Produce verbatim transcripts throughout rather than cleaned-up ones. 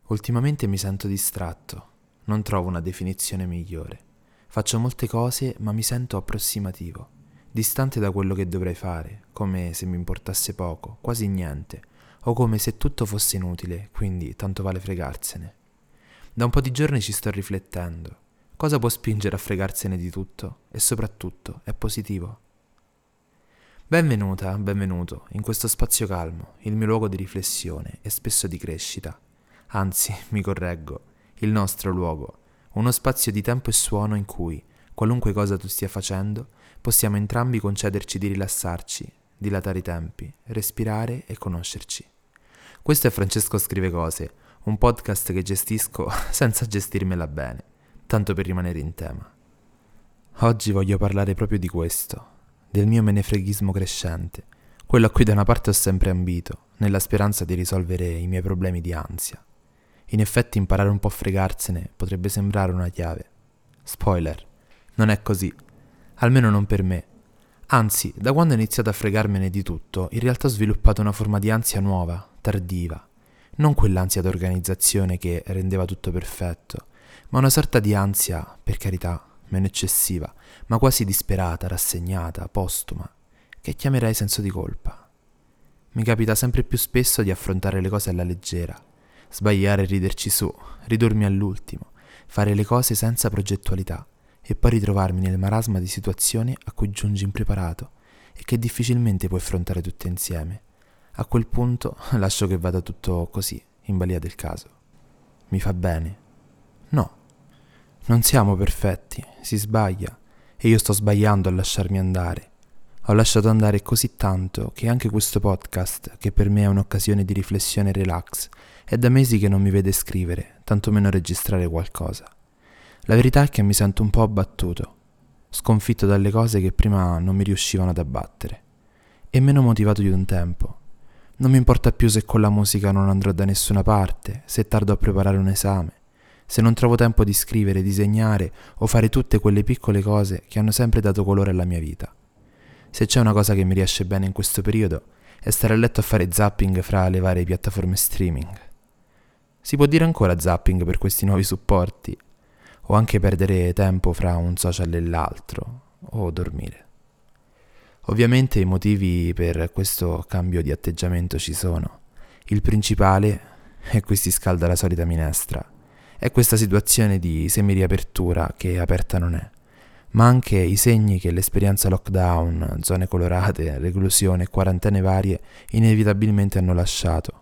Ultimamente mi sento distratto, non trovo una definizione migliore. Faccio molte cose, ma mi sento approssimativo, distante da quello che dovrei fare, come se mi importasse poco, quasi niente, o come se tutto fosse inutile, quindi tanto vale fregarsene. Da un po' di giorni ci sto riflettendo. Cosa può spingere a fregarsene di tutto? E soprattutto, è positivo? Benvenuta, benvenuto, in questo spazio calmo, il mio luogo di riflessione e spesso di crescita. Anzi, mi correggo, il nostro luogo, uno spazio di tempo e suono in cui, qualunque cosa tu stia facendo, possiamo entrambi concederci di rilassarci, dilatare i tempi, respirare e conoscerci. Questo è Francesco Scrive Cose, un podcast che gestisco senza gestirmela bene, tanto per rimanere in tema. Oggi voglio parlare proprio di questo, del mio menefreghismo crescente, quello a cui da una parte ho sempre ambito, nella speranza di risolvere i miei problemi di ansia. In effetti imparare un po' a fregarsene potrebbe sembrare una chiave. Spoiler, non è così, almeno non per me. Anzi, da quando ho iniziato a fregarmene di tutto, in realtà ho sviluppato una forma di ansia nuova, tardiva. Non quell'ansia d'organizzazione che rendeva tutto perfetto, ma una sorta di ansia, per carità, meno eccessiva, ma quasi disperata, rassegnata, postuma, che chiamerei senso di colpa. Mi capita sempre più spesso di affrontare le cose alla leggera, sbagliare e riderci su, ridurmi all'ultimo, fare le cose senza progettualità e poi ritrovarmi nel marasma di situazioni a cui giungi impreparato e che difficilmente puoi affrontare tutte insieme. A quel punto lascio che vada tutto così, in balia del caso. Mi fa bene? No. Non siamo perfetti, si sbaglia, e io sto sbagliando a lasciarmi andare. Ho lasciato andare così tanto che anche questo podcast, che per me è un'occasione di riflessione e relax, è da mesi che non mi vede scrivere, tantomeno registrare qualcosa. La verità è che mi sento un po' abbattuto, sconfitto dalle cose che prima non mi riuscivano ad abbattere, e meno motivato di un tempo. Non mi importa più se con la musica non andrò da nessuna parte, se tardo a preparare un esame, se non trovo tempo di scrivere, disegnare o fare tutte quelle piccole cose che hanno sempre dato colore alla mia vita. Se c'è una cosa che mi riesce bene in questo periodo è stare a letto a fare zapping fra le varie piattaforme streaming. Si può dire ancora zapping per questi nuovi supporti? O anche perdere tempo fra un social e l'altro, o dormire. Ovviamente i motivi per questo cambio di atteggiamento ci sono. Il principale, e qui si scalda la solita minestra, è questa situazione di semi-riapertura che aperta non è, ma anche i segni che l'esperienza lockdown, zone colorate, reclusione e quarantene varie inevitabilmente hanno lasciato.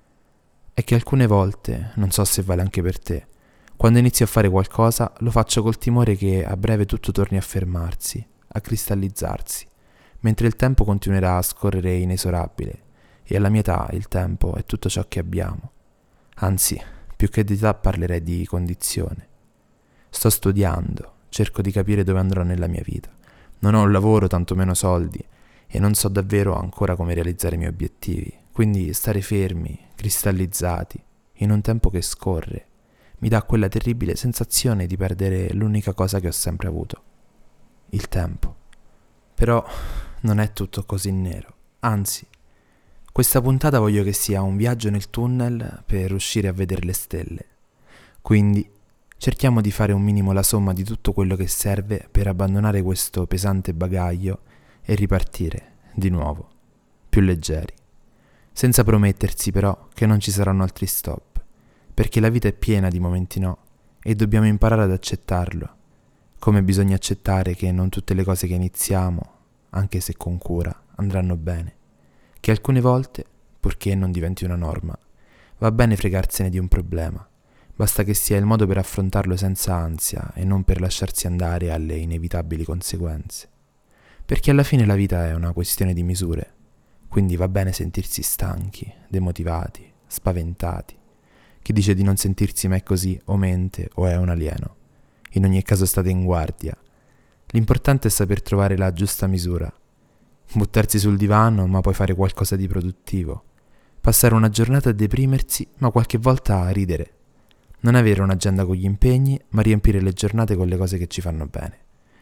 È che alcune volte, non so se vale anche per te, quando inizio a fare qualcosa lo faccio col timore che a breve tutto torni a fermarsi, a cristallizzarsi, mentre il tempo continuerà a scorrere inesorabile e alla mia età il tempo è tutto ciò che abbiamo. Anzi, più che di età parlerei di condizione. Sto studiando, cerco di capire dove andrò nella mia vita. Non ho un lavoro, tantomeno soldi, e non so davvero ancora come realizzare i miei obiettivi. Quindi stare fermi, cristallizzati, in un tempo che scorre, mi dà quella terribile sensazione di perdere l'unica cosa che ho sempre avuto, il tempo. Però non è tutto così nero, anzi, questa puntata voglio che sia un viaggio nel tunnel per riuscire a vedere le stelle. Quindi cerchiamo di fare un minimo la somma di tutto quello che serve per abbandonare questo pesante bagaglio e ripartire, di nuovo, più leggeri. Senza promettersi però che non ci saranno altri stop, perché la vita è piena di momenti no e dobbiamo imparare ad accettarlo, come bisogna accettare che non tutte le cose che iniziamo, anche se con cura, andranno bene, che alcune volte, purché non diventi una norma, va bene fregarsene di un problema, basta che sia il modo per affrontarlo senza ansia e non per lasciarsi andare alle inevitabili conseguenze, perché alla fine la vita è una questione di misure. Quindi va bene sentirsi stanchi, demotivati, spaventati. Chi dice di non sentirsi mai così o mente o è un alieno. In ogni caso state in guardia. L'importante è saper trovare la giusta misura. Buttarsi sul divano ma poi fare qualcosa di produttivo. Passare una giornata a deprimersi ma qualche volta a ridere. Non avere un'agenda con gli impegni ma riempire le giornate con le cose che ci fanno bene.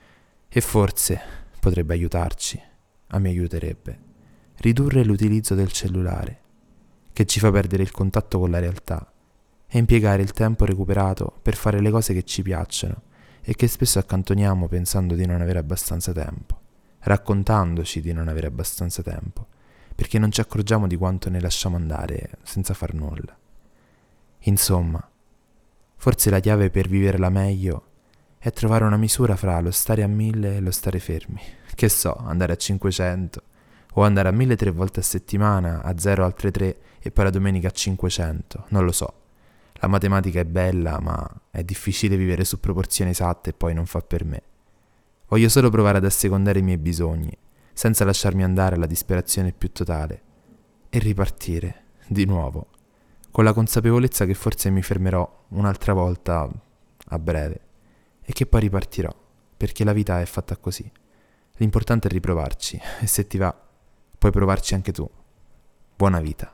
E forse potrebbe aiutarci, a me aiuterebbe, ridurre l'utilizzo del cellulare, che ci fa perdere il contatto con la realtà e impiegare il tempo recuperato per fare le cose che ci piacciono e che spesso accantoniamo pensando di non avere abbastanza tempo, raccontandoci di non avere abbastanza tempo, perché non ci accorgiamo di quanto ne lasciamo andare senza far nulla. Insomma, forse la chiave per viverla meglio è trovare una misura fra lo stare a mille e lo stare fermi. Che so, andare a cinquecento, o andare a mille tre volte a settimana, a zero altre tre e poi la domenica a cinquecento, non lo so. La matematica è bella, ma è difficile vivere su proporzioni esatte e poi non fa per me. Voglio solo provare ad assecondare i miei bisogni, senza lasciarmi andare alla disperazione più totale, e ripartire, di nuovo, con la consapevolezza che forse mi fermerò un'altra volta a breve, e che poi ripartirò, perché la vita è fatta così. L'importante è riprovarci, e se ti va, puoi provarci anche tu. Buona vita.